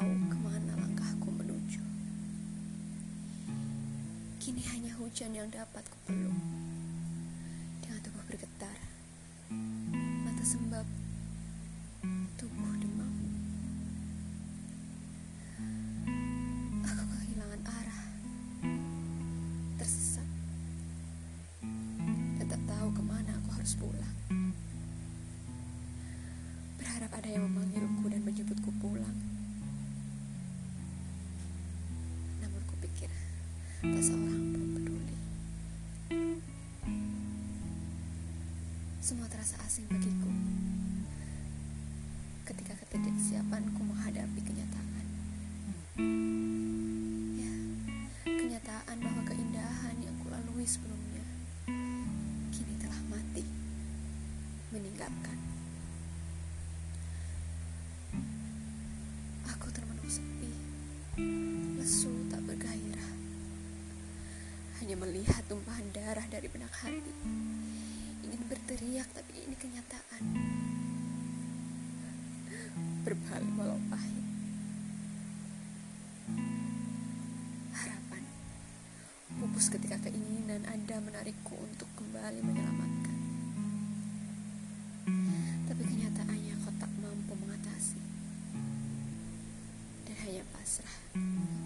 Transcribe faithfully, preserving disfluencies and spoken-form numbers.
tahu kemana langkahku menuju. Kini hanya hujan yang dapat kupeluk. Dengan tubuh bergetar, mata sembab, tubuh demam. Aku kehilangan arah, tersesat, dan tak tahu kemana aku harus pulang. Berharap ada yang memanggilku dan menjemputku pulang. Namun kupikir tak seorang pun peduli. Semua terasa asing bagiku ketika ketidaksiapanku menghadapi kenyataan. Ya, kenyataan bahwa keindahan yang kulalui sebelumnya kini telah mati, meninggalkan. Aku termenung sepi, lesu tak bergairah. Hanya melihat tumpahan darah dari benak hati. Ingin berteriak, tapi ini kenyataan. Berbalik walau pahit. Harapan pupus ketika keinginan Anda menarikku untuk kembali menyelamatkan. Tapi kenyataannya kau tak mampu mengatasi. Dan hanya pasrah